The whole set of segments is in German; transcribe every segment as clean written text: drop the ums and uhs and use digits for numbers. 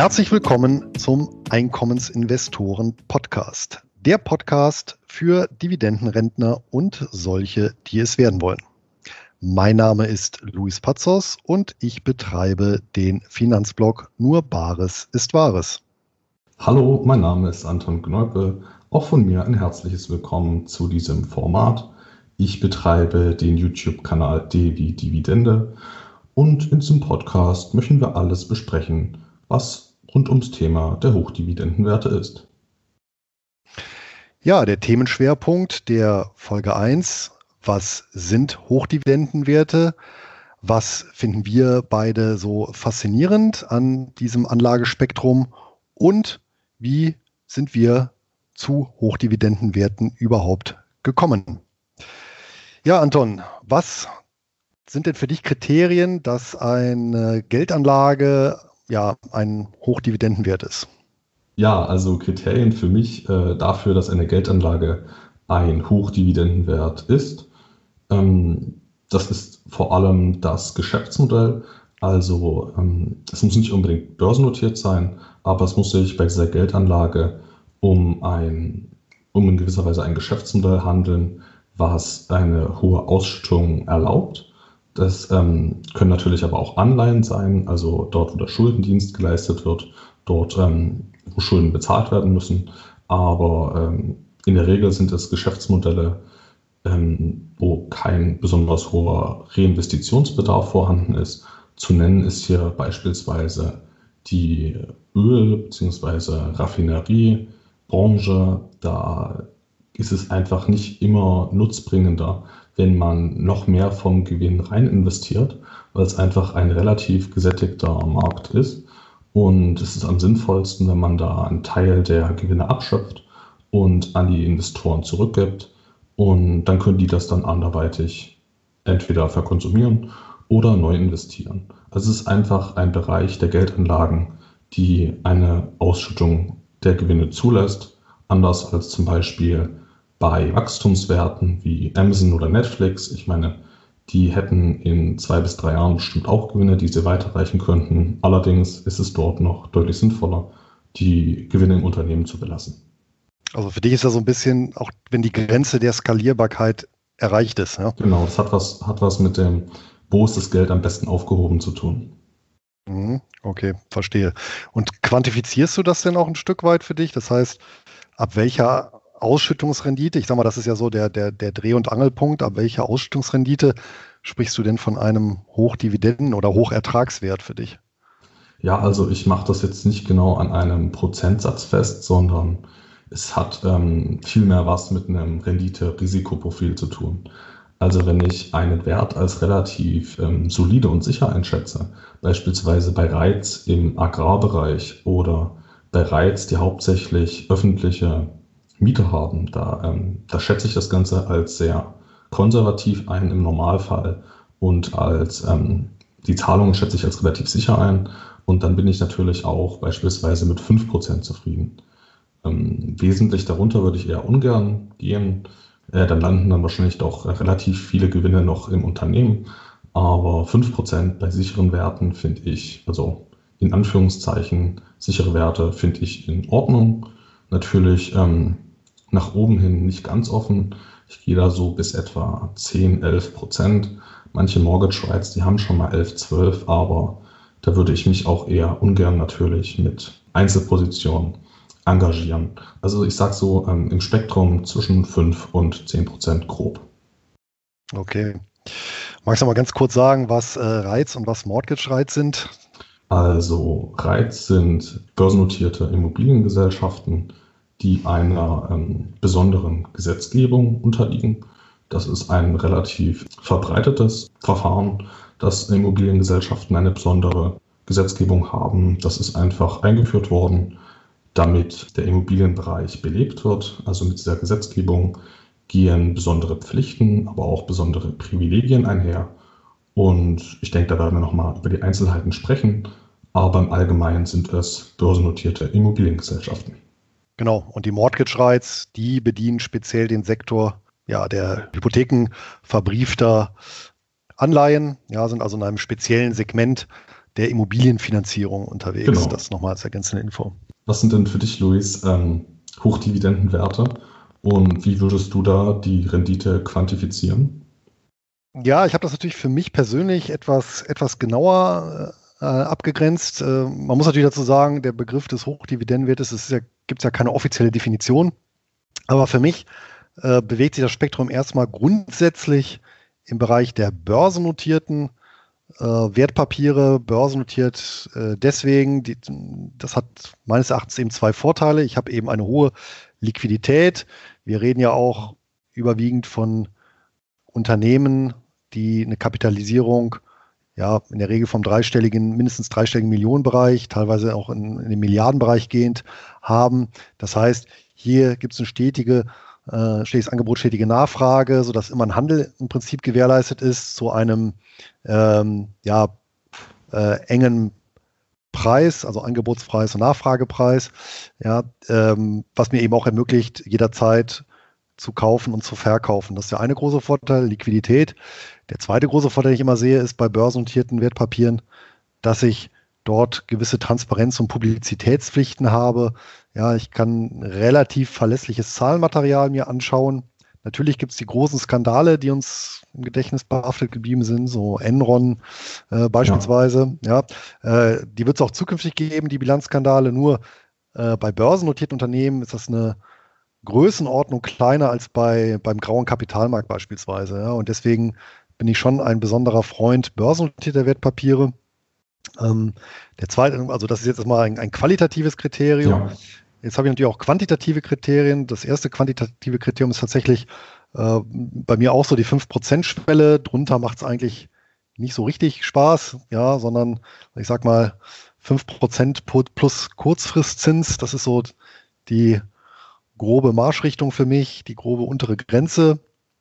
Herzlich willkommen zum Einkommensinvestoren-Podcast. Der Podcast für Dividendenrentner und solche, die es werden wollen. Mein Name ist Luis Pazos und ich betreibe den Finanzblog Nur Bares ist Wahres. Hallo, mein Name ist Anton Gneupe. Auch von mir ein herzliches Willkommen zu diesem Format. Ich betreibe den YouTube-Kanal D wie Dividende und in diesem Podcast möchten wir alles besprechen, was rund ums Thema der Hochdividendenwerte ist. Ja, der Themenschwerpunkt der Folge 1. Was sind Hochdividendenwerte? Was finden wir beide so faszinierend an diesem Anlagespektrum? Und wie sind wir zu Hochdividendenwerten überhaupt gekommen? Ja, Anton, was sind denn für dich Kriterien, dass eine Geldanlage ein Hochdividendenwert ist? Ja, also Kriterien für mich dafür, dass eine Geldanlage ein Hochdividendenwert ist. Das ist vor allem das Geschäftsmodell. Also es muss nicht unbedingt börsennotiert sein, aber es muss sich bei dieser Geldanlage um in gewisser Weise ein Geschäftsmodell handeln, was eine hohe Ausschüttung erlaubt. Das können natürlich aber auch Anleihen sein, also dort, wo der Schuldendienst geleistet wird, dort, wo Schulden bezahlt werden müssen. Aber in der Regel sind es Geschäftsmodelle, wo kein besonders hoher Reinvestitionsbedarf vorhanden ist. Zu nennen ist hier beispielsweise die Öl- bzw. Raffineriebranche. Da ist es einfach nicht immer nutzbringender, wenn man noch mehr vom Gewinn rein investiert, weil es einfach ein relativ gesättigter Markt ist. Und es ist am sinnvollsten, wenn man da einen Teil der Gewinne abschöpft und an die Investoren zurückgibt. Und dann können die das dann anderweitig entweder verkonsumieren oder neu investieren. Also es ist einfach ein Bereich der Geldanlagen, die eine Ausschüttung der Gewinne zulässt, anders als zum Beispiel bei Wachstumswerten wie Amazon oder Netflix. Ich meine, die hätten in 2 bis 3 Jahren bestimmt auch Gewinne, die sie weiterreichen könnten. Allerdings ist es dort noch deutlich sinnvoller, die Gewinne im Unternehmen zu belassen. Also für dich ist das so ein bisschen, auch wenn die Grenze der Skalierbarkeit erreicht ist. Ja? Genau, das hat was mit dem, wo ist das Geld am besten aufgehoben zu tun. Okay, verstehe. Und quantifizierst du das denn auch ein Stück weit für dich? Das heißt, ab welcher Ausschüttungsrendite, ich sag mal, das ist ja so der Dreh- und Angelpunkt, ab welcher Ausschüttungsrendite sprichst du denn von einem Hochdividenden- oder Hochertragswert für dich? Ja, also ich mache das jetzt nicht genau an einem Prozentsatz fest, sondern es hat vielmehr was mit einem Rendite-Risikoprofil zu tun. Also wenn ich einen Wert als relativ solide und sicher einschätze, beispielsweise bei REITs im Agrarbereich oder bei REITs, die hauptsächlich öffentliche Mieter haben, da schätze ich das Ganze als sehr konservativ ein im Normalfall und als die Zahlungen schätze ich als relativ sicher ein. Und dann bin ich natürlich auch beispielsweise mit 5% zufrieden. Wesentlich darunter würde ich eher ungern gehen. Dann landen dann wahrscheinlich doch relativ viele Gewinne noch im Unternehmen. Aber 5% bei sicheren Werten finde ich, also in Anführungszeichen sichere Werte, finde ich in Ordnung. Natürlich nach oben hin nicht ganz offen. Ich gehe da so bis etwa 10-11%. Manche Mortgage Rights, die haben schon mal 11-12, aber da würde ich mich auch eher ungern natürlich mit Einzelpositionen engagieren. Also ich sage so im Spektrum zwischen 5 und 10% grob. Okay. Magst du mal ganz kurz sagen, was REITs und was Mortgage Rights sind? Also REITs sind börsennotierte Immobiliengesellschaften, die einer besonderen Gesetzgebung unterliegen. Das ist ein relativ verbreitetes Verfahren, dass Immobiliengesellschaften eine besondere Gesetzgebung haben. Das ist einfach eingeführt worden, damit der Immobilienbereich belebt wird. Also mit dieser Gesetzgebung gehen besondere Pflichten, aber auch besondere Privilegien einher. Und ich denke, da werden wir nochmal über die Einzelheiten sprechen. Aber im Allgemeinen sind es börsennotierte Immobiliengesellschaften. Genau, und die Mortgage Rights, die bedienen speziell den Sektor der Hypotheken verbriefter Anleihen, sind also in einem speziellen Segment der Immobilienfinanzierung unterwegs. Genau. Das nochmal als ergänzende Info. Was sind denn für dich, Luis, Hochdividendenwerte und wie würdest du da die Rendite quantifizieren? Ja, ich habe das natürlich für mich persönlich etwas genauer abgegrenzt. Man muss natürlich dazu sagen, der Begriff des Hochdividendenwertes, gibt es ja keine offizielle Definition. Aber für mich bewegt sich das Spektrum erstmal grundsätzlich im Bereich der börsennotierten Wertpapiere, börsennotiert deswegen. Das hat meines Erachtens eben zwei Vorteile. Ich habe eben eine hohe Liquidität. Wir reden ja auch überwiegend von Unternehmen, die eine Kapitalisierung ja in der Regel vom mindestens dreistelligen Millionenbereich, teilweise auch in den Milliardenbereich gehend haben. Das heißt, hier gibt es eine stetiges Angebot, stetige Nachfrage, sodass immer ein Handel im Prinzip gewährleistet ist zu einem engen Preis, also Angebotspreis und Nachfragepreis, ja, was mir eben auch ermöglicht, jederzeit zu kaufen und zu verkaufen. Das ist der eine große Vorteil, Liquidität. Der zweite große Vorteil, den ich immer sehe, ist bei börsennotierten Wertpapieren, dass ich dort gewisse Transparenz- und Publizitätspflichten habe. Ja, ich kann relativ verlässliches Zahlenmaterial mir anschauen. Natürlich gibt es die großen Skandale, die uns im Gedächtnis behaftet geblieben sind, so Enron beispielsweise. Ja, die wird es auch zukünftig geben, die Bilanzskandale. Nur bei börsennotierten Unternehmen ist das eine Größenordnung kleiner als beim grauen Kapitalmarkt beispielsweise. Ja. Und deswegen bin ich schon ein besonderer Freund börsennotierter Wertpapiere. Der zweite, also das ist jetzt erstmal ein qualitatives Kriterium. Ja. Jetzt habe ich natürlich auch quantitative Kriterien. Das erste quantitative Kriterium ist tatsächlich bei mir auch so die 5%-Schwelle. Drunter macht es eigentlich nicht so richtig Spaß, ja, sondern ich sag mal 5% plus Kurzfristzins. Das ist so die grobe Marschrichtung für mich, die grobe untere Grenze.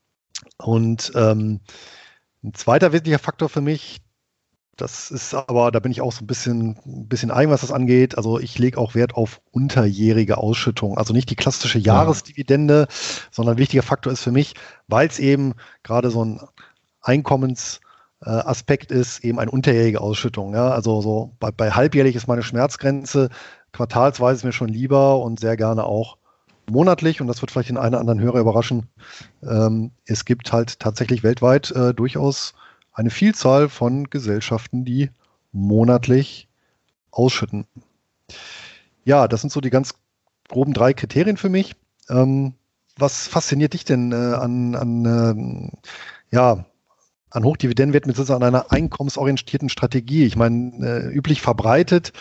Und ein zweiter wesentlicher Faktor für mich, das ist aber, da bin ich auch so ein bisschen eigen, was das angeht. Also ich lege auch Wert auf unterjährige Ausschüttung. Also nicht die klassische Jahresdividende, sondern ein wichtiger Faktor ist für mich, weil es eben gerade so ein Einkommensaspekt ist, eben eine unterjährige Ausschüttung. Ja? Also so bei halbjährlich ist meine Schmerzgrenze, quartalsweise ist mir schon lieber und sehr gerne auch monatlich. Und das wird vielleicht den einen oder anderen Hörer überraschen. Es gibt halt tatsächlich weltweit durchaus eine Vielzahl von Gesellschaften, die monatlich ausschütten. Ja, das sind so die ganz groben 3 Kriterien für mich. Was fasziniert dich denn an Hochdividendenwerten bzw. an einer einkommensorientierten Strategie? Ich meine, üblich verbreitet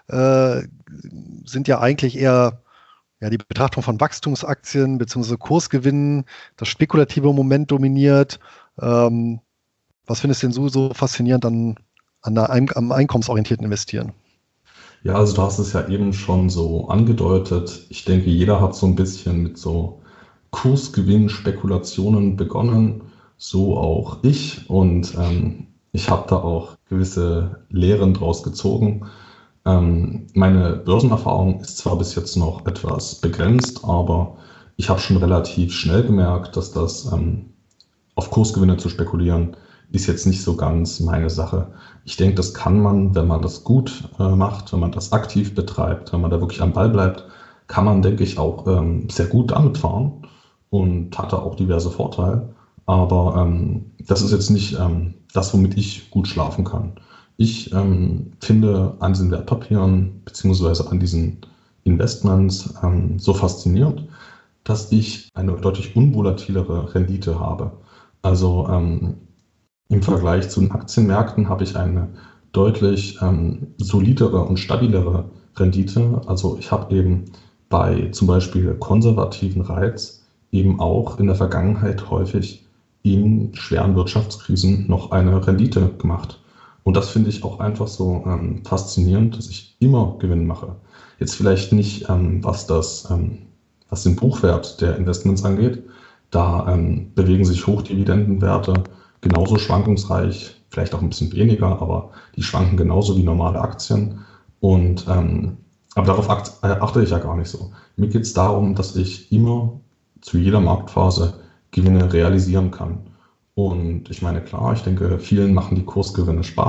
sind ja eigentlich eher die Betrachtung von Wachstumsaktien bzw. Kursgewinnen, das spekulative Moment dominiert. Was findest du denn so faszinierend am einkommensorientierten Investieren? Ja, also du hast es ja eben schon so angedeutet. Ich denke, jeder hat so ein bisschen mit so Kursgewinnspekulationen begonnen, so auch ich. Und ich habe da auch gewisse Lehren draus gezogen. Meine Börsenerfahrung ist zwar bis jetzt noch etwas begrenzt, aber ich habe schon relativ schnell gemerkt, dass das auf Kursgewinne zu spekulieren, ist jetzt nicht so ganz meine Sache. Ich denke, das kann man, wenn man das gut macht, wenn man das aktiv betreibt, wenn man da wirklich am Ball bleibt, kann man, denke ich, auch sehr gut damit fahren und hat da auch diverse Vorteile. Aber das ist jetzt nicht das, womit ich gut schlafen kann. Ich finde an diesen Wertpapieren beziehungsweise an diesen Investments so faszinierend, dass ich eine deutlich unvolatilere Rendite habe. Also im Vergleich zu den Aktienmärkten habe ich eine deutlich solidere und stabilere Rendite. Also ich habe eben bei zum Beispiel konservativen Reiz eben auch in der Vergangenheit häufig in schweren Wirtschaftskrisen noch eine Rendite gemacht. Und das finde ich auch einfach so faszinierend, dass ich immer Gewinn mache. Jetzt vielleicht nicht, was den Buchwert der Investments angeht. Da bewegen sich Hochdividendenwerte genauso schwankungsreich, vielleicht auch ein bisschen weniger, aber die schwanken genauso wie normale Aktien. Und aber darauf achte ich ja gar nicht so. Mir geht es darum, dass ich immer zu jeder Marktphase Gewinne realisieren kann. Und ich meine, klar, ich denke, vielen machen die Kursgewinne Spaß,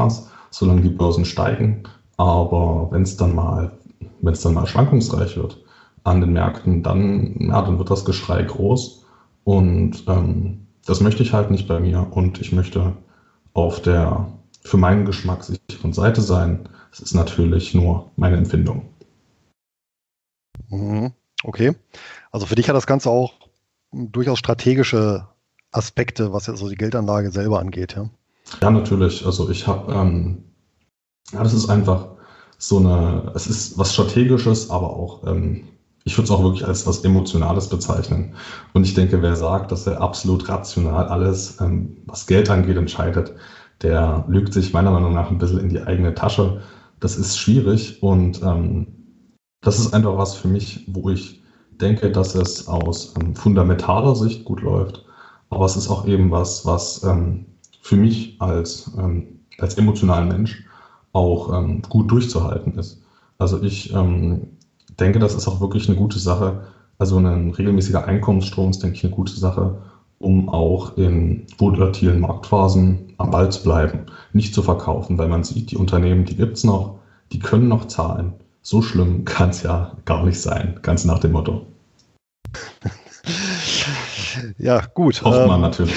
solange die Börsen steigen. Aber wenn es dann mal schwankungsreich wird an den Märkten, dann wird das Geschrei groß. Und das möchte ich halt nicht bei mir. Und ich möchte auf der für meinen Geschmack sicheren Seite sein. Das ist natürlich nur meine Empfindung. Okay. Also für dich hat das Ganze auch durchaus strategische Aspekte, was ja so die Geldanlage selber angeht, ja? Ja, natürlich. Also ich habe, das ist einfach es ist was Strategisches, aber auch, ich würde es auch wirklich als was Emotionales bezeichnen. Und ich denke, wer sagt, dass er absolut rational alles, was Geld angeht, entscheidet, der lügt sich meiner Meinung nach ein bisschen in die eigene Tasche. Das ist schwierig und das ist einfach was für mich, wo ich denke, dass es aus fundamentaler Sicht gut läuft. Aber es ist auch eben was für mich als emotionalen Mensch auch gut durchzuhalten ist. Also ich denke, das ist auch wirklich eine gute Sache. Also ein regelmäßiger Einkommensstrom ist, denke ich, eine gute Sache, um auch in volatilen Marktphasen am Ball zu bleiben, nicht zu verkaufen, weil man sieht, die Unternehmen, die gibt es noch, die können noch zahlen. So schlimm kann es ja gar nicht sein, ganz nach dem Motto. Ja, gut. Hofft man natürlich.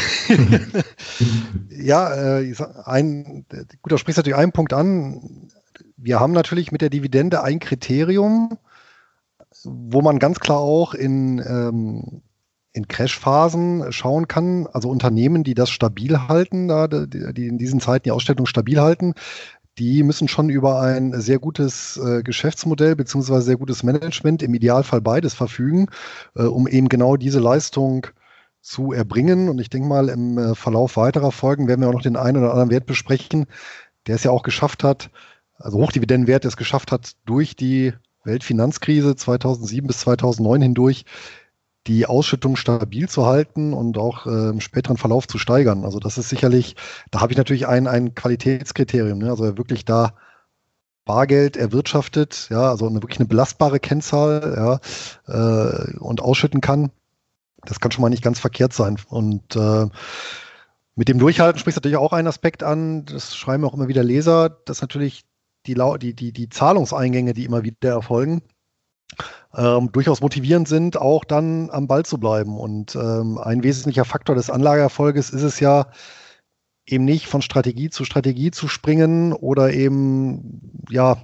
Ja, gut, da sprichst du natürlich einen Punkt an. Wir haben natürlich mit der Dividende ein Kriterium, wo man ganz klar auch in Crashphasen schauen kann, also Unternehmen, die das stabil halten, die in diesen Zeiten die Ausstattung stabil halten, die müssen schon über ein sehr gutes Geschäftsmodell beziehungsweise sehr gutes Management, im Idealfall beides verfügen, um eben genau diese Leistung zu erbringen. Und ich denke mal, im Verlauf weiterer Folgen werden wir auch noch den einen oder anderen Wert besprechen, der es ja auch geschafft hat, also Hochdividendenwert, der es geschafft hat, durch die Weltfinanzkrise 2007 bis 2009 hindurch die Ausschüttung stabil zu halten und auch im späteren Verlauf zu steigern. Also das ist sicherlich, da habe ich natürlich ein Qualitätskriterium, ne? Also wirklich da Bargeld erwirtschaftet, ja, also wirklich eine belastbare Kennzahl, ja, und ausschütten kann. Das kann schon mal nicht ganz verkehrt sein. Und mit dem Durchhalten spricht natürlich auch ein Aspekt an, das schreiben auch immer wieder Leser, dass natürlich die Zahlungseingänge, die immer wieder erfolgen, durchaus motivierend sind, auch dann am Ball zu bleiben. Und ein wesentlicher Faktor des Anlageerfolges ist es ja, eben nicht von Strategie zu springen oder eben ja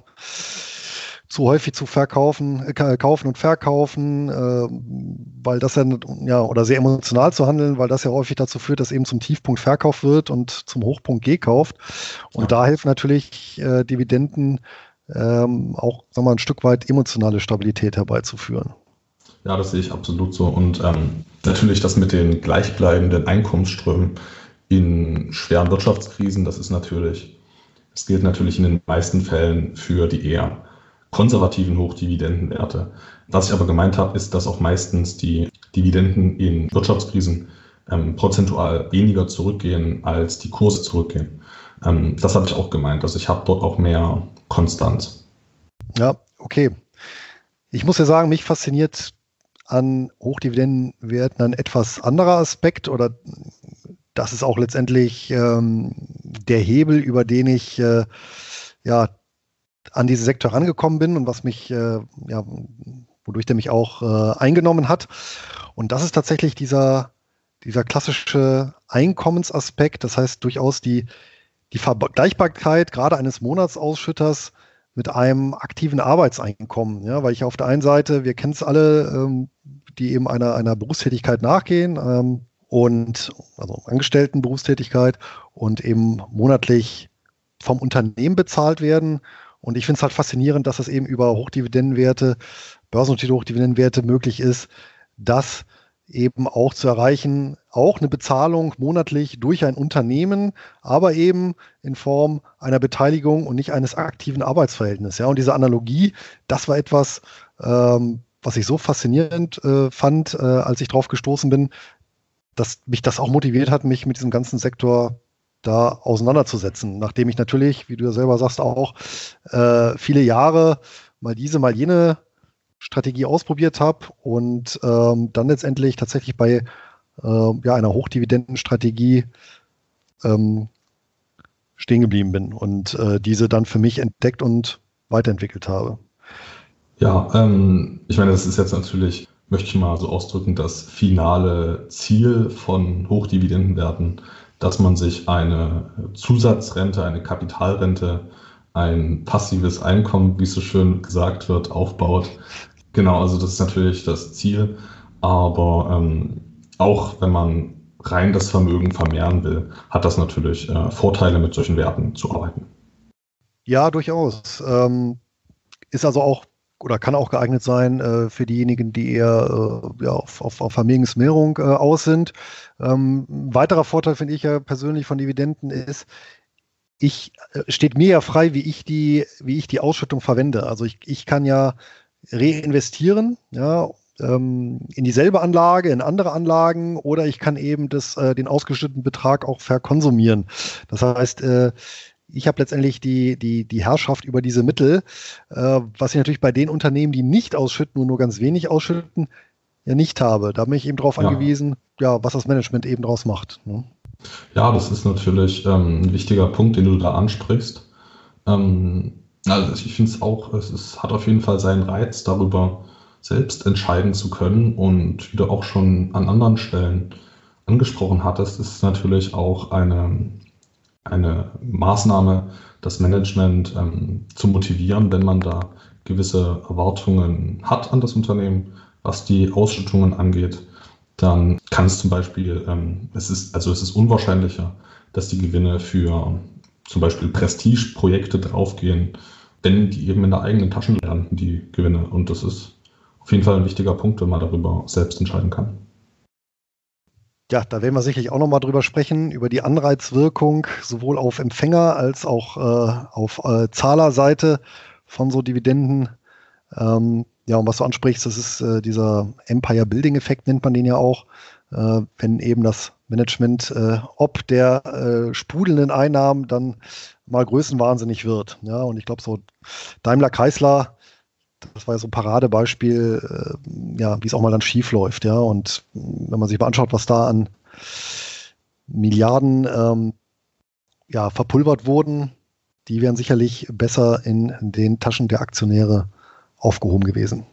zu häufig zu kaufen und verkaufen, weil das ja, oder sehr emotional zu handeln, weil das ja häufig dazu führt, dass eben zum Tiefpunkt verkauft wird und zum Hochpunkt gekauft. Und da helfen natürlich Dividenden auch, sagen wir mal, ein Stück weit emotionale Stabilität herbeizuführen. Ja, das sehe ich absolut so. Und natürlich das mit den gleichbleibenden Einkommensströmen in schweren Wirtschaftskrisen, es gilt natürlich in den meisten Fällen für die eher konservativen Hochdividendenwerte. Was ich aber gemeint habe, ist, dass auch meistens die Dividenden in Wirtschaftskrisen prozentual weniger zurückgehen, als die Kurse zurückgehen. Das habe ich auch gemeint. Also ich habe dort auch mehr Konstanz. Ja, okay. Ich muss ja sagen, mich fasziniert an Hochdividendenwerten ein etwas anderer Aspekt, oder das ist auch letztendlich der Hebel, über den ich ja an diesen Sektor rangekommen bin und was mich, wodurch der mich auch eingenommen hat. Und das ist tatsächlich dieser klassische Einkommensaspekt, das heißt durchaus die Vergleichbarkeit gerade eines Monatsausschütters mit einem aktiven Arbeitseinkommen. Ja, weil ich auf der einen Seite, wir kennen es alle, die eben einer Berufstätigkeit nachgehen, und also Angestelltenberufstätigkeit und eben monatlich vom Unternehmen bezahlt werden. Und ich finde es halt faszinierend, dass es eben über Hochdividendenwerte, börsennotierte Hochdividendenwerte möglich ist, das eben auch zu erreichen, auch eine Bezahlung monatlich durch ein Unternehmen, aber eben in Form einer Beteiligung und nicht eines aktiven Arbeitsverhältnisses. Ja, und diese Analogie, das war etwas, was ich so faszinierend fand, als ich drauf gestoßen bin, dass mich das auch motiviert hat, mich mit diesem ganzen Sektor da auseinanderzusetzen. Nachdem ich natürlich, wie du ja selber sagst, auch viele Jahre mal diese, mal jene Strategie ausprobiert habe und dann letztendlich tatsächlich bei einer Hochdividendenstrategie stehen geblieben bin und diese dann für mich entdeckt und weiterentwickelt habe. Ja, ich meine, das ist jetzt natürlich, möchte ich mal so ausdrücken, das finale Ziel von Hochdividendenwerten, dass man sich eine Zusatzrente, eine Kapitalrente, ein passives Einkommen, wie es so schön gesagt wird, aufbaut. Genau, also das ist natürlich das Ziel, aber auch wenn man rein das Vermögen vermehren will, hat das natürlich Vorteile, mit solchen Werten zu arbeiten. Ja, durchaus. Ist also auch oder kann auch geeignet sein für diejenigen, die eher ja, auf Vermögensmehrung aus sind. Ein weiterer Vorteil finde ich ja persönlich von Dividenden ist, steht mir ja frei, wie ich die Ausschüttung verwende. Also ich kann ja reinvestieren, ja, in dieselbe Anlage, in andere Anlagen oder ich kann eben den ausgeschütteten Betrag auch verkonsumieren. Das heißt, ich habe letztendlich die Herrschaft über diese Mittel, was ich natürlich bei den Unternehmen, die nicht ausschütten und nur ganz wenig ausschütten, ja nicht habe. Da bin ich eben darauf Ja. angewiesen, ja, was das Management eben draus macht. Ne? Ja, das ist natürlich ein wichtiger Punkt, den du da ansprichst. Also ich finde es auch, hat auf jeden Fall seinen Reiz, darüber selbst entscheiden zu können. Und wie du auch schon an anderen Stellen angesprochen hattest, ist es natürlich auch eine Maßnahme, das Management zu motivieren, wenn man da gewisse Erwartungen hat an das Unternehmen, was die Ausschüttungen angeht. Dann kann es zum Beispiel, es ist unwahrscheinlicher, dass die Gewinne für zum Beispiel Prestigeprojekte draufgehen, wenn die eben in der eigenen Tasche landen, die Gewinne. Und das ist auf jeden Fall ein wichtiger Punkt, wenn man darüber selbst entscheiden kann. Ja, da werden wir sicherlich auch nochmal drüber sprechen, über die Anreizwirkung sowohl auf Empfänger als auch auf Zahlerseite von so Dividenden. Ja, und was du ansprichst, das ist dieser Empire-Building-Effekt, nennt man den ja auch, wenn eben das Management ob der sprudelnden Einnahmen dann mal größenwahnsinnig wird. Ja, und ich glaube, so Daimler-Chrysler, das war ja so ein Paradebeispiel, ja, wie es auch mal dann schief läuft, ja. Und wenn man sich mal anschaut, was da an Milliarden ja, verpulvert wurden, die wären sicherlich besser in den Taschen der Aktionäre aufgehoben gewesen.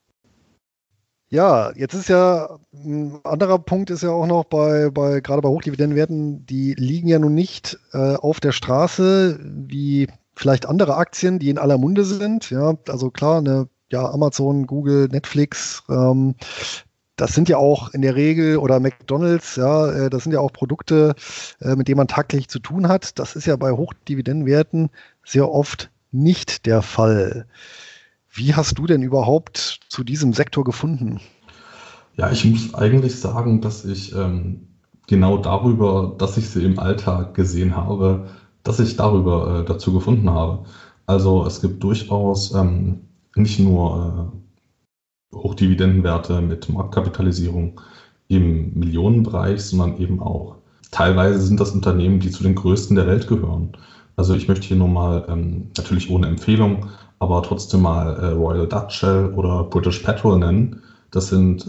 Ja, jetzt ist ja ein anderer Punkt ist ja auch noch gerade bei Hochdividendenwerten, die liegen ja nun nicht auf der Straße wie vielleicht andere Aktien, die in aller Munde sind. Ja, also klar, ja, Amazon, Google, Netflix, das sind ja auch in der Regel oder McDonald's, ja, das sind ja auch Produkte, mit denen man tagtäglich zu tun hat. Das ist ja bei Hochdividendenwerten sehr oft nicht der Fall. Wie hast du denn überhaupt zu diesem Sektor gefunden? Ja, ich muss eigentlich sagen, dass ich genau darüber, dass ich sie im Alltag gesehen habe, dass ich darüber dazu gefunden habe. Also es gibt durchaus nicht nur Hochdividendenwerte mit Marktkapitalisierung im Millionenbereich, sondern eben auch teilweise sind das Unternehmen, die zu den größten der Welt gehören. Also ich möchte hier nur mal, natürlich ohne Empfehlung, aber trotzdem mal Royal Dutch Shell oder British Petrol nennen. Das sind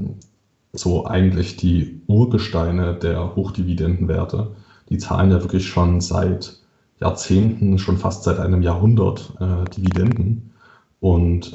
so eigentlich die Urgesteine der Hochdividendenwerte. Die zahlen ja wirklich schon seit Jahrzehnten, schon fast seit einem Jahrhundert Dividenden. Und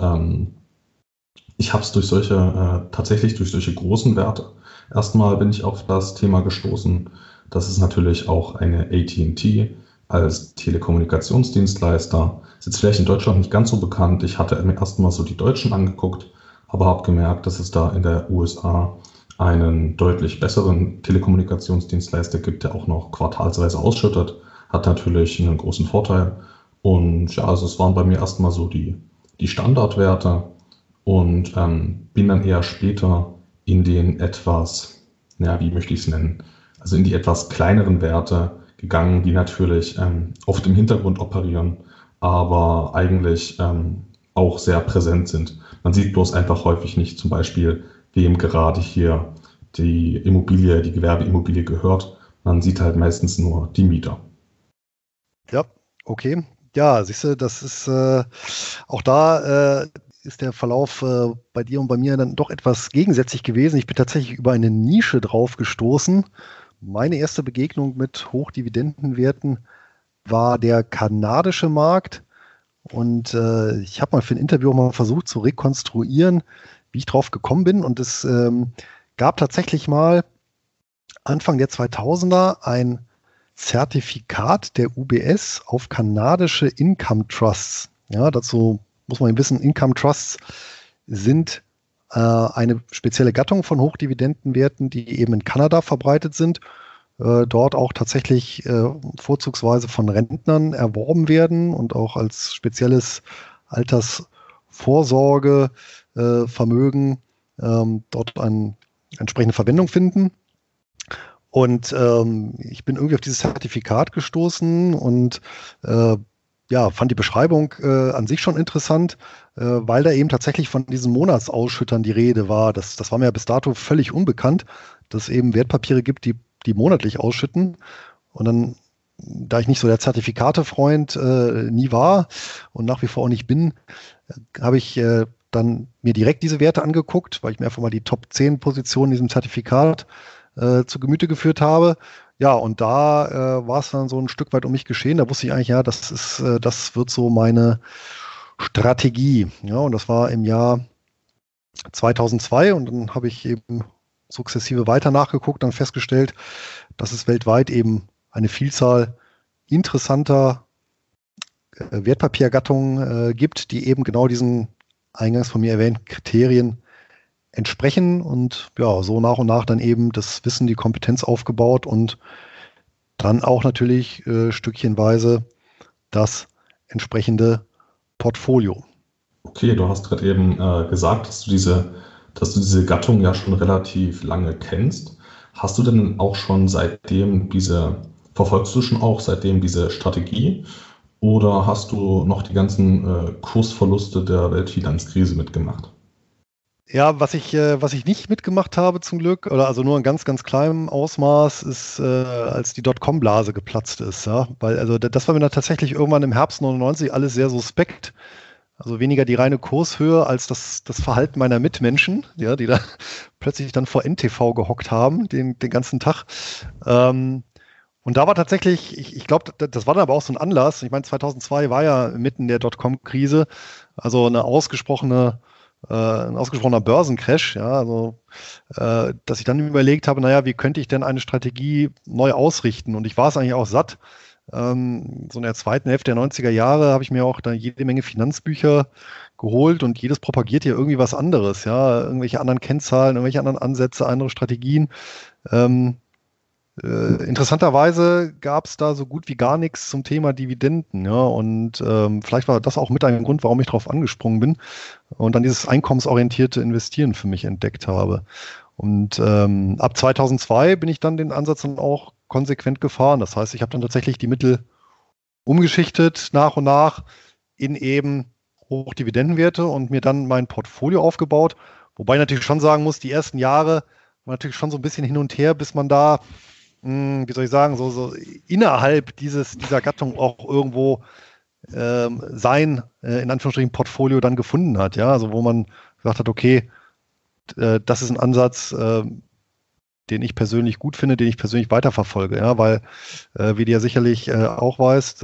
ich habe es tatsächlich durch solche großen Werte. Erstmal bin ich auf das Thema gestoßen, dass es natürlich auch eine AT&T als Telekommunikationsdienstleister ist jetzt vielleicht in Deutschland nicht ganz so bekannt. Ich hatte mir erstmal so die Deutschen angeguckt, aber habe gemerkt, dass es da in der USA einen deutlich besseren Telekommunikationsdienstleister gibt, der auch noch quartalsweise ausschüttet. Hat natürlich einen großen Vorteil. Und ja, also es waren bei mir erstmal so die Standardwerte und bin dann eher später in den etwas, ja, wie möchte ich es nennen, also in die etwas kleineren Werte gegangen, die natürlich oft im Hintergrund operieren, aber eigentlich auch sehr präsent sind. Man sieht bloß einfach häufig nicht zum Beispiel, wem gerade hier die Immobilie, die Gewerbeimmobilie gehört. Man sieht halt meistens nur die Mieter. Ja, okay. Ja, siehst du, das ist auch da ist der Verlauf bei dir und bei mir dann doch etwas gegensätzlich gewesen. Ich bin tatsächlich über eine Nische drauf gestoßen. Meine erste Begegnung mit Hochdividendenwerten war der kanadische Markt. Und ich habe mal für ein Interview mal versucht zu rekonstruieren, wie ich drauf gekommen bin. Und es gab tatsächlich mal Anfang der 2000er ein Zertifikat der UBS auf kanadische Income Trusts. Ja, dazu muss man wissen, Income Trusts sind eine spezielle Gattung von Hochdividendenwerten, die eben in Kanada verbreitet sind, dort auch tatsächlich vorzugsweise von Rentnern erworben werden und auch als spezielles Altersvorsorgevermögen dort eine entsprechende Verwendung finden. Und ich bin irgendwie auf dieses Zertifikat gestoßen und ja, fand die Beschreibung an sich schon interessant, weil da eben tatsächlich von diesen Monatsausschüttern die Rede war. Das war mir ja bis dato völlig unbekannt, dass es eben Wertpapiere gibt, die monatlich ausschütten. Und dann, da ich nicht so der Zertifikate-Freund nie war und nach wie vor auch nicht bin, habe ich dann mir direkt diese Werte angeguckt, weil ich mir einfach mal die Top 10 Positionen in diesem Zertifikat zu Gemüte geführt habe. Ja, und da war es dann so ein Stück weit um mich geschehen. Da wusste ich eigentlich, ja, das wird so meine Strategie. Ja, und das war im Jahr 2002 und dann habe ich eben sukzessive weiter nachgeguckt und festgestellt, dass es weltweit eben eine Vielzahl interessanter Wertpapiergattungen gibt, die eben genau diesen eingangs von mir erwähnten Kriterien entsprechen und ja, so nach und nach dann eben das Wissen, die Kompetenz aufgebaut und dann auch natürlich stückchenweise das entsprechende Portfolio. Okay, du hast gerade eben gesagt, dass du diese Gattung ja schon relativ lange kennst. Hast du denn auch schon verfolgst du schon auch seitdem diese Strategie oder hast du noch die ganzen Kursverluste der Weltfinanzkrise mitgemacht? Ja, was ich nicht mitgemacht habe zum Glück, oder also nur in ganz, ganz kleinem Ausmaß, ist, als die Dotcom-Blase geplatzt ist. Ja? Weil also das war mir dann tatsächlich irgendwann im Herbst 99 alles sehr suspekt. Also weniger die reine Kurshöhe als das Verhalten meiner Mitmenschen, ja, die da plötzlich dann vor NTV gehockt haben, den ganzen Tag. Und da war tatsächlich, ich glaube, das war dann aber auch so ein Anlass. Ich meine, 2002 war ja mitten der Dotcom-Krise, also ein ausgesprochener Börsencrash, ja, also dass ich dann überlegt habe, naja, wie könnte ich denn eine Strategie neu ausrichten? Und ich war es eigentlich auch satt. So in der zweiten Hälfte der 90er Jahre habe ich mir auch da jede Menge Finanzbücher geholt und jedes propagiert hier irgendwie was anderes, ja, irgendwelche anderen Kennzahlen, irgendwelche anderen Ansätze, andere Strategien. Interessanterweise gab es da so gut wie gar nichts zum Thema Dividenden, ja, und vielleicht war das auch mit ein Grund, warum ich darauf angesprungen bin und dann dieses einkommensorientierte Investieren für mich entdeckt habe. Und ab 2002 bin ich dann den Ansatz dann auch konsequent gefahren. Das heißt, ich habe dann tatsächlich die Mittel umgeschichtet nach und nach in eben Hochdividendenwerte und mir dann mein Portfolio aufgebaut. Wobei ich natürlich schon sagen muss, die ersten Jahre war natürlich schon so ein bisschen hin und her, bis man da, wie soll ich sagen, so innerhalb dieser Gattung auch irgendwo sein, in Anführungsstrichen, Portfolio dann gefunden hat. Ja, also wo man gesagt hat, okay, das ist ein Ansatz, den ich persönlich gut finde, den ich persönlich weiterverfolge. Ja, weil, wie du ja sicherlich auch weißt,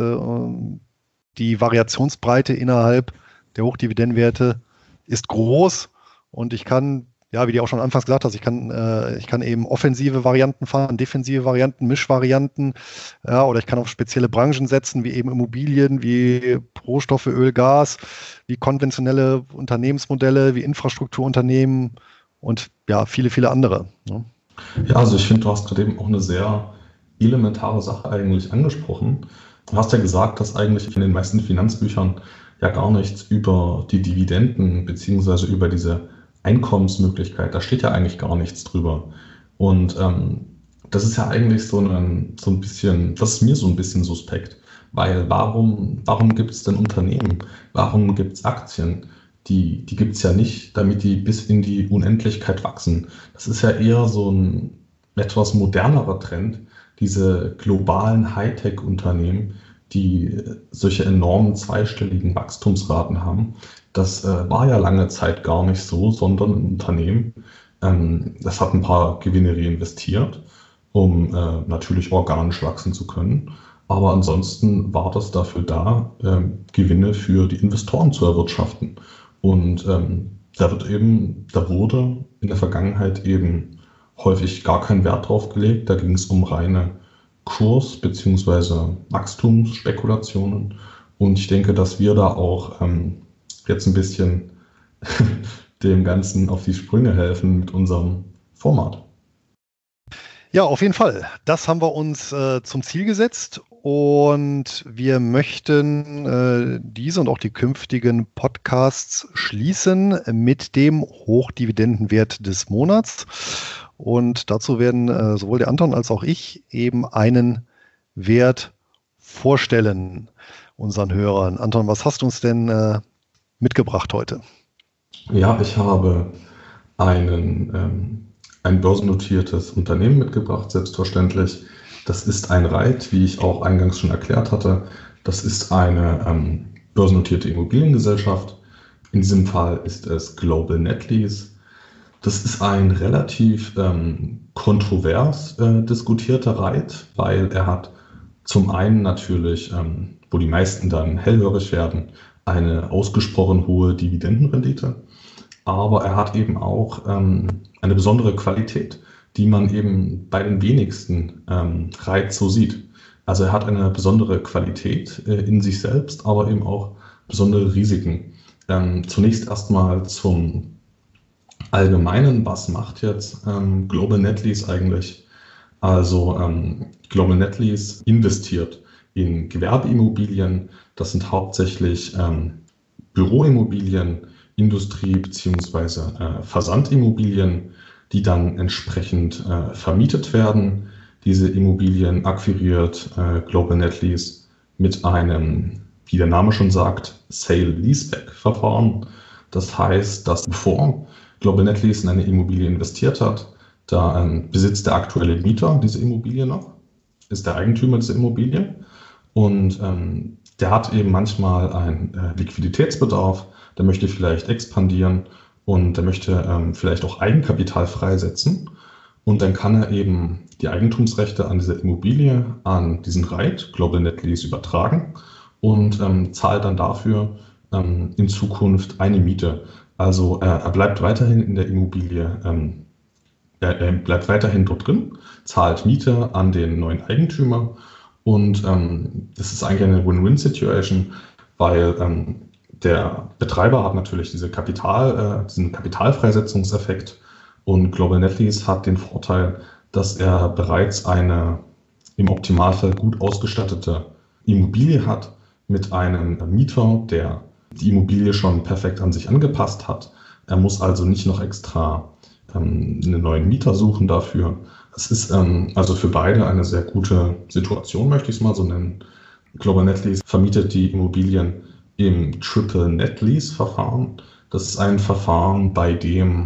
die Variationsbreite innerhalb der Hochdividendenwerte ist groß und ich kann, ja, wie du auch schon anfangs gesagt hast, ich kann eben offensive Varianten fahren, defensive Varianten, Mischvarianten, ja, oder ich kann auf spezielle Branchen setzen, wie eben Immobilien, wie Rohstoffe, Öl, Gas, wie konventionelle Unternehmensmodelle, wie Infrastrukturunternehmen und ja, viele, viele andere. Ne? Ja, also ich finde, du hast gerade eben auch eine sehr elementare Sache eigentlich angesprochen. Du hast ja gesagt, dass eigentlich in den meisten Finanzbüchern ja gar nichts über die Dividenden beziehungsweise über diese Einkommensmöglichkeit, da steht ja eigentlich gar nichts drüber. Und das ist ja eigentlich so ein bisschen, das ist mir so ein bisschen suspekt, weil warum gibt es denn Unternehmen? Warum gibt es Aktien? Die gibt es ja nicht, damit die bis in die Unendlichkeit wachsen. Das ist ja eher so ein etwas modernerer Trend, diese globalen Hightech-Unternehmen, die solche enormen zweistelligen Wachstumsraten haben. Das war ja lange Zeit gar nicht so, sondern ein Unternehmen, das hat ein paar Gewinne reinvestiert, um natürlich organisch wachsen zu können. Aber ansonsten war das dafür da, Gewinne für die Investoren zu erwirtschaften. Und da wurde in der Vergangenheit eben häufig gar kein Wert drauf gelegt. Da ging es um reine Kurs- bzw. Wachstumsspekulationen. Und ich denke, dass wir da auch jetzt ein bisschen dem Ganzen auf die Sprünge helfen mit unserem Format. Ja, auf jeden Fall. Das haben wir uns zum Ziel gesetzt und wir möchten diese und auch die künftigen Podcasts schließen mit dem Hochdividendenwert des Monats. Und dazu werden sowohl der Anton als auch ich eben einen Wert vorstellen unseren Hörern. Anton, was hast du uns denn mitgebracht heute? Ja, ich habe ein börsennotiertes Unternehmen mitgebracht, selbstverständlich. Das ist ein REIT, wie ich auch eingangs schon erklärt hatte. Das ist eine börsennotierte Immobiliengesellschaft. In diesem Fall ist es Global Net Lease. Das ist ein relativ kontrovers diskutierter REIT, weil er hat zum einen natürlich, wo die meisten dann hellhörig werden, eine ausgesprochen hohe Dividendenrendite. Aber er hat eben auch eine besondere Qualität, die man eben bei den wenigsten REITs so sieht. Also er hat eine besondere Qualität in sich selbst, aber eben auch besondere Risiken. Zunächst erstmal zum Allgemeinen, was macht jetzt Global Net Lease eigentlich? Also Global Net Lease investiert in Gewerbeimmobilien, das sind hauptsächlich Büroimmobilien, Industrie- bzw. Versandimmobilien, die dann entsprechend vermietet werden. Diese Immobilien akquiriert Global Net Lease mit einem, wie der Name schon sagt, Sale-Leaseback-Verfahren. Das heißt, dass bevor Global Net Lease in eine Immobilie investiert hat, da besitzt der aktuelle Mieter diese Immobilie noch, ist der Eigentümer dieser Immobilie und der hat eben manchmal einen Liquiditätsbedarf, der möchte vielleicht expandieren und der möchte vielleicht auch Eigenkapital freisetzen. Und dann kann er eben die Eigentumsrechte an dieser Immobilie an diesen REIT, Global Net Lease, übertragen und zahlt dann dafür in Zukunft eine Miete. Also er bleibt weiterhin in der Immobilie, er bleibt weiterhin dort drin, zahlt Miete an den neuen Eigentümer und das ist eigentlich eine Win-Win-Situation, weil der Betreiber hat natürlich diesen Kapitalfreisetzungseffekt und Global Net Lease hat den Vorteil, dass er bereits eine im Optimalfall gut ausgestattete Immobilie hat mit einem Mieter, der die Immobilie schon perfekt an sich angepasst hat. Er muss also nicht noch extra einen neuen Mieter suchen dafür. Es ist also für beide eine sehr gute Situation, möchte ich es mal so nennen. Global Net Lease vermietet die Immobilien im Triple Net Lease Verfahren. Das ist ein Verfahren, bei dem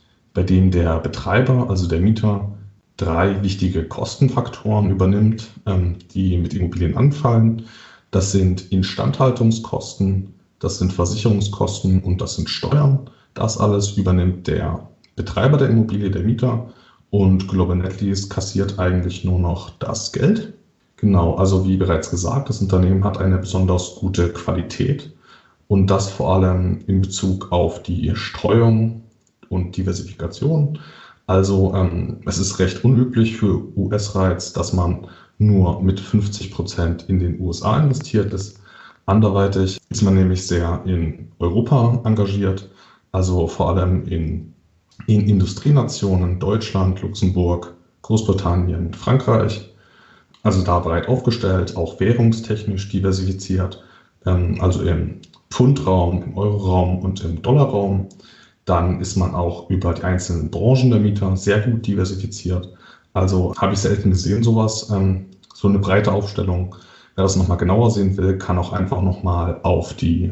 der Betreiber, also der Mieter, 3 wichtige Kostenfaktoren übernimmt, die mit Immobilien anfallen. Das sind Instandhaltungskosten, das sind Versicherungskosten und das sind Steuern. Das alles übernimmt der Betreiber der Immobilie, der Mieter, und Global Net Lease kassiert eigentlich nur noch das Geld. Genau, also wie bereits gesagt, das Unternehmen hat eine besonders gute Qualität und das vor allem in Bezug auf die Streuung und Diversifikation. Also es ist recht unüblich für US-REITs, dass man nur mit 50% in den USA investiert ist. Anderweitig ist man nämlich sehr in Europa engagiert, also vor allem in Industrienationen, Deutschland, Luxemburg, Großbritannien, Frankreich. Also da breit aufgestellt, auch währungstechnisch diversifiziert, also im Pfundraum, im Euroraum und im Dollarraum. Dann ist man auch über die einzelnen Branchen der Mieter sehr gut diversifiziert. Also habe ich selten gesehen sowas, so eine breite Aufstellung. Wer das nochmal genauer sehen will, kann auch einfach nochmal auf die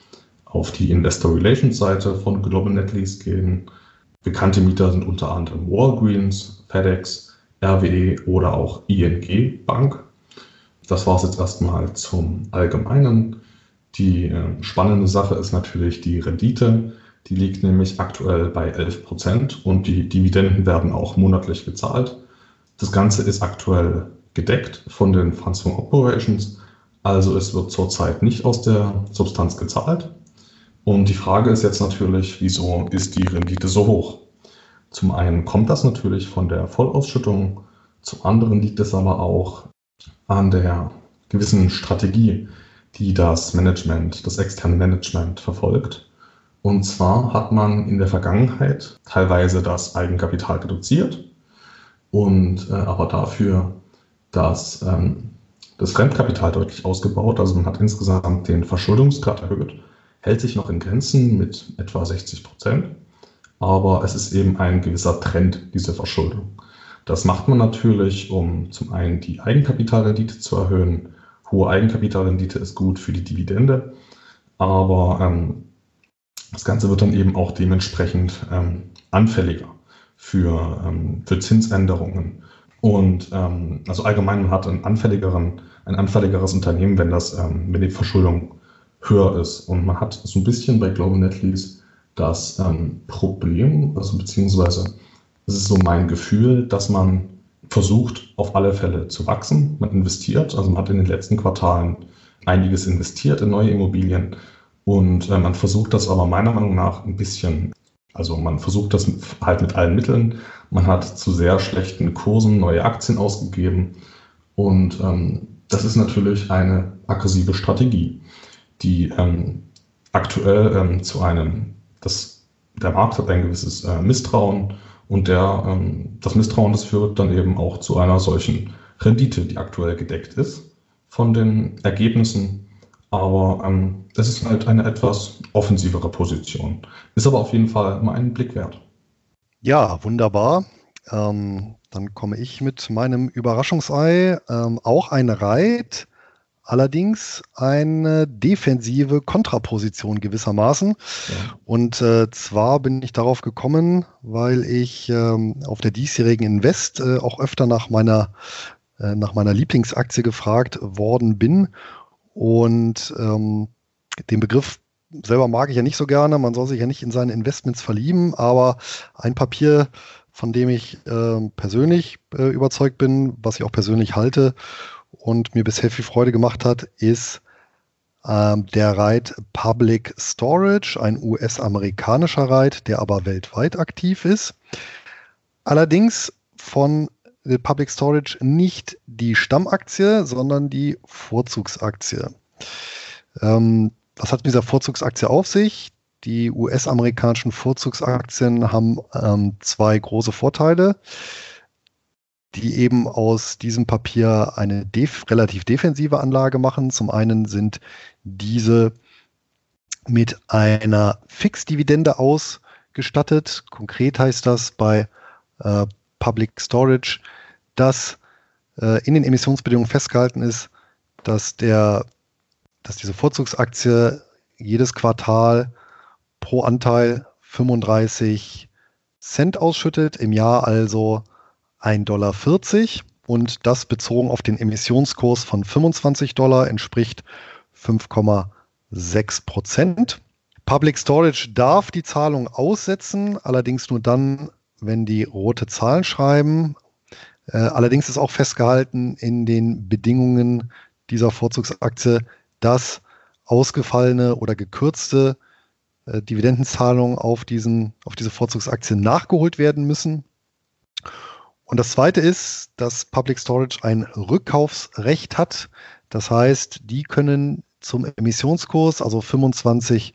Investor Relations Seite von Global Net Lease gehen. Bekannte Mieter sind unter anderem Walgreens, FedEx, RWE oder auch ING Bank. Das war es jetzt erstmal zum Allgemeinen. Die spannende Sache ist natürlich die Rendite. Die liegt nämlich aktuell bei 11% und die Dividenden werden auch monatlich gezahlt. Das Ganze ist aktuell gedeckt von den Funds from Operations. Also es wird zurzeit nicht aus der Substanz gezahlt. Und die Frage ist jetzt natürlich, wieso ist die Rendite so hoch? Zum einen kommt das natürlich von der Vollausschüttung, zum anderen liegt es aber auch an der gewissen Strategie, die das Management, das externe Management verfolgt. Und zwar hat man in der Vergangenheit teilweise das Eigenkapital reduziert und aber dafür das Fremdkapital deutlich ausgebaut. Also man hat insgesamt den Verschuldungsgrad erhöht, hält sich noch in Grenzen mit etwa 60%. Aber es ist eben ein gewisser Trend, diese Verschuldung. Das macht man natürlich, um zum einen die Eigenkapitalrendite zu erhöhen. Hohe Eigenkapitalrendite ist gut für die Dividende, aber das Ganze wird dann eben auch dementsprechend anfälliger für Zinsänderungen. Und also allgemein, man hat ein anfälligeres Unternehmen, wenn die Verschuldung höher ist. Und man hat so ein bisschen bei Global Net Lease das Problem, also beziehungsweise es ist so mein Gefühl, dass man versucht, auf alle Fälle zu wachsen. Man investiert, also man hat in den letzten Quartalen einiges investiert in neue Immobilien und man versucht das aber meiner Meinung nach ein bisschen, also man versucht das halt mit allen Mitteln. Man hat zu sehr schlechten Kursen neue Aktien ausgegeben und das ist natürlich eine aggressive Strategie, die aktuell der Markt hat ein gewisses Misstrauen und das Misstrauen, das führt dann eben auch zu einer solchen Rendite, die aktuell gedeckt ist von den Ergebnissen. Aber es ist halt eine etwas offensivere Position. Ist aber auf jeden Fall mal einen Blick wert. Ja, wunderbar. Dann komme ich mit meinem Überraschungsei. Auch ein Reit, allerdings eine defensive Kontraposition gewissermaßen. Ja. Und zwar bin ich darauf gekommen, weil ich auf der diesjährigen Invest auch öfter nach meiner Lieblingsaktie gefragt worden bin. Und den Begriff selber mag ich ja nicht so gerne. Man soll sich ja nicht in seine Investments verlieben, aber ein Papier, von dem ich persönlich überzeugt bin, was ich auch persönlich halte und mir bisher viel Freude gemacht hat, ist der Reit Public Storage, ein US-amerikanischer Reit, der aber weltweit aktiv ist. Allerdings von Public Storage nicht die Stammaktie, sondern die Vorzugsaktie. Was hat mit dieser Vorzugsaktie auf sich? Die US-amerikanischen Vorzugsaktien haben zwei große Vorteile, die eben aus diesem Papier eine relativ defensive Anlage machen. Zum einen sind diese mit einer Fixdividende ausgestattet. Konkret heißt das bei Public Storage, dass in den Emissionsbedingungen festgehalten ist, dass diese Vorzugsaktie jedes Quartal pro Anteil 35 Cent ausschüttet, im Jahr also 1,40 $ und das bezogen auf den Emissionskurs von $25 entspricht 5,6%. Public Storage darf die Zahlung aussetzen, allerdings nur dann, wenn die rote Zahlen schreiben. Allerdings ist auch festgehalten in den Bedingungen dieser Vorzugsaktie, dass ausgefallene oder gekürzte Dividendenzahlungen auf diese Vorzugsaktien nachgeholt werden müssen. Und das Zweite ist, dass Public Storage ein Rückkaufsrecht hat. Das heißt, die können zum Emissionskurs, also $25,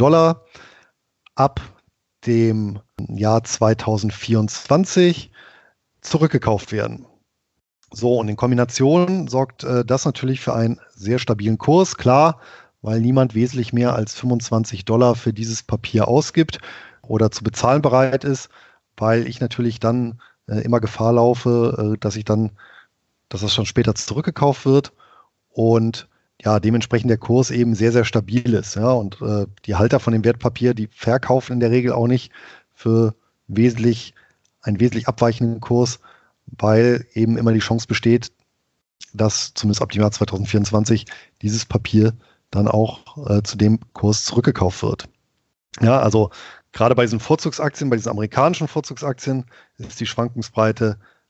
ab dem Jahr 2024 zurückgekauft werden. So, und in Kombination sorgt das natürlich für einen sehr stabilen Kurs. Klar, weil niemand wesentlich mehr als $25 für dieses Papier ausgibt oder zu bezahlen bereit ist, weil ich natürlich dann immer Gefahr laufe, dass das schon später zurückgekauft wird und ja, dementsprechend der Kurs eben sehr, sehr stabil ist. Ja, und die Halter von dem Wertpapier, die verkaufen in der Regel auch nicht für einen wesentlich abweichenden Kurs, weil eben immer die Chance besteht, dass zumindest ab dem Jahr 2024 dieses Papier dann auch zu dem Kurs zurückgekauft wird. Ja, also gerade bei diesen Vorzugsaktien, bei diesen amerikanischen Vorzugsaktien ist die Schwankungsbreite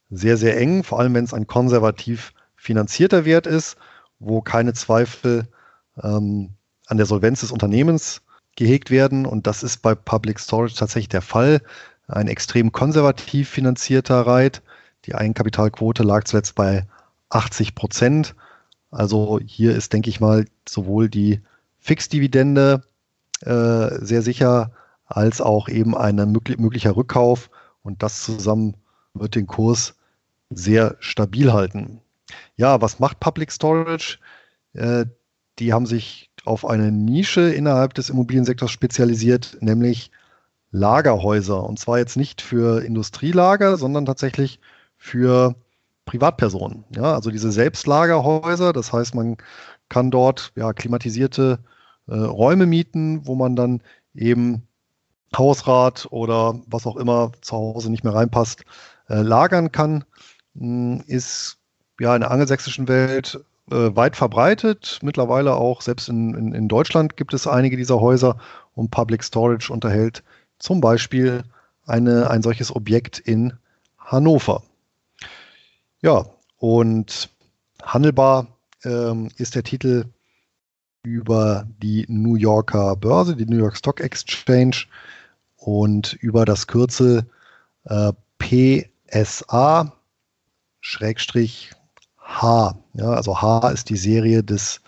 sehr, sehr eng, vor allem wenn es ein konservativ finanzierter Wert ist, wo keine Zweifel an der Solvenz des Unternehmens gehegt werden. Und das ist bei Public Storage tatsächlich der Fall. Ein extrem konservativ finanzierter REIT. Die Eigenkapitalquote lag zuletzt bei 80%. Also hier ist, denke ich mal, sowohl die Fixdividende sehr sicher, als auch eben ein möglicher Rückkauf. Und das zusammen wird den Kurs sehr stabil halten. Ja, was macht Public Storage? Die haben sich auf eine Nische innerhalb des Immobiliensektors spezialisiert, nämlich Lagerhäuser. Und zwar jetzt nicht für Industrielager, sondern tatsächlich für Privatpersonen. Ja, also diese Selbstlagerhäuser, das heißt, man kann dort klimatisierte Räume mieten, wo man dann eben Hausrat oder was auch immer zu Hause nicht mehr reinpasst, lagern kann, ist in der angelsächsischen Welt weit verbreitet. Mittlerweile auch selbst in Deutschland gibt es einige dieser Häuser und Public Storage unterhält zum Beispiel ein solches Objekt in Hannover. Ja, und handelbar ist der Titel über die New Yorker Börse, die New York Stock Exchange und über das Kürzel PSA-H. Ja, also H ist die Serie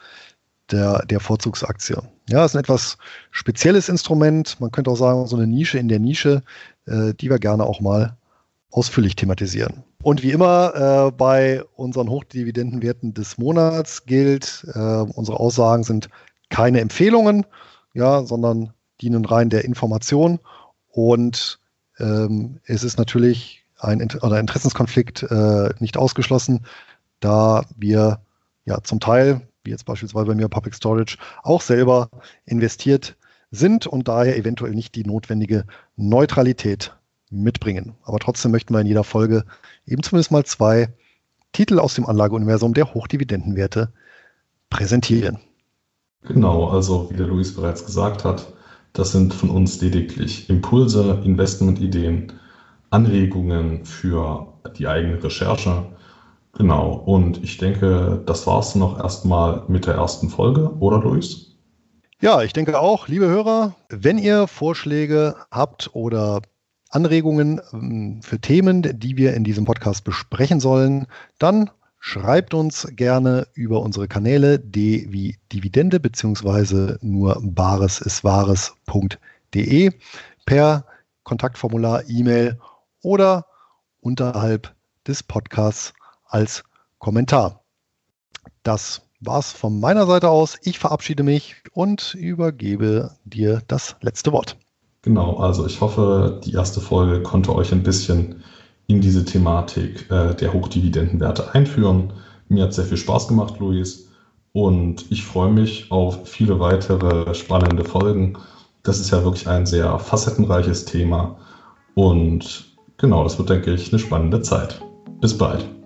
der Vorzugsaktie. Ja, ist ein etwas spezielles Instrument. Man könnte auch sagen, so eine Nische in der Nische, die wir gerne auch mal ausführlich thematisieren. Und wie immer bei unseren Hochdividendenwerten des Monats gilt, unsere Aussagen sind keine Empfehlungen, ja, sondern dienen rein der Information. Und es ist natürlich ein Interessenskonflikt nicht ausgeschlossen, da wir ja zum Teil, wie jetzt beispielsweise bei mir Public Storage, auch selber investiert sind und daher eventuell nicht die notwendige Neutralität mitbringen. Aber trotzdem möchten wir in jeder Folge eben zumindest mal 2 Titel aus dem Anlageuniversum der Hochdividendenwerte präsentieren. Genau, also wie der Luis bereits gesagt hat, das sind von uns lediglich Impulse, Investmentideen, Anregungen für die eigene Recherche. Genau, und ich denke, das war es noch erstmal mit der ersten Folge, oder Luis? Ja, ich denke auch, liebe Hörer, wenn ihr Vorschläge habt oder Anregungen für Themen, die wir in diesem Podcast besprechen sollen, dann schreibt uns gerne über unsere Kanäle D wie Dividende beziehungsweise nur baresistwahres.de per Kontaktformular, E-Mail oder unterhalb des Podcasts als Kommentar. Das war's von meiner Seite aus. Ich verabschiede mich und übergebe dir das letzte Wort. Genau, also ich hoffe, die erste Folge konnte euch ein bisschen in diese Thematik der Hochdividendenwerte einführen. Mir hat sehr viel Spaß gemacht, Luis, und ich freue mich auf viele weitere spannende Folgen. Das ist ja wirklich ein sehr facettenreiches Thema und genau, das wird, denke ich, eine spannende Zeit. Bis bald.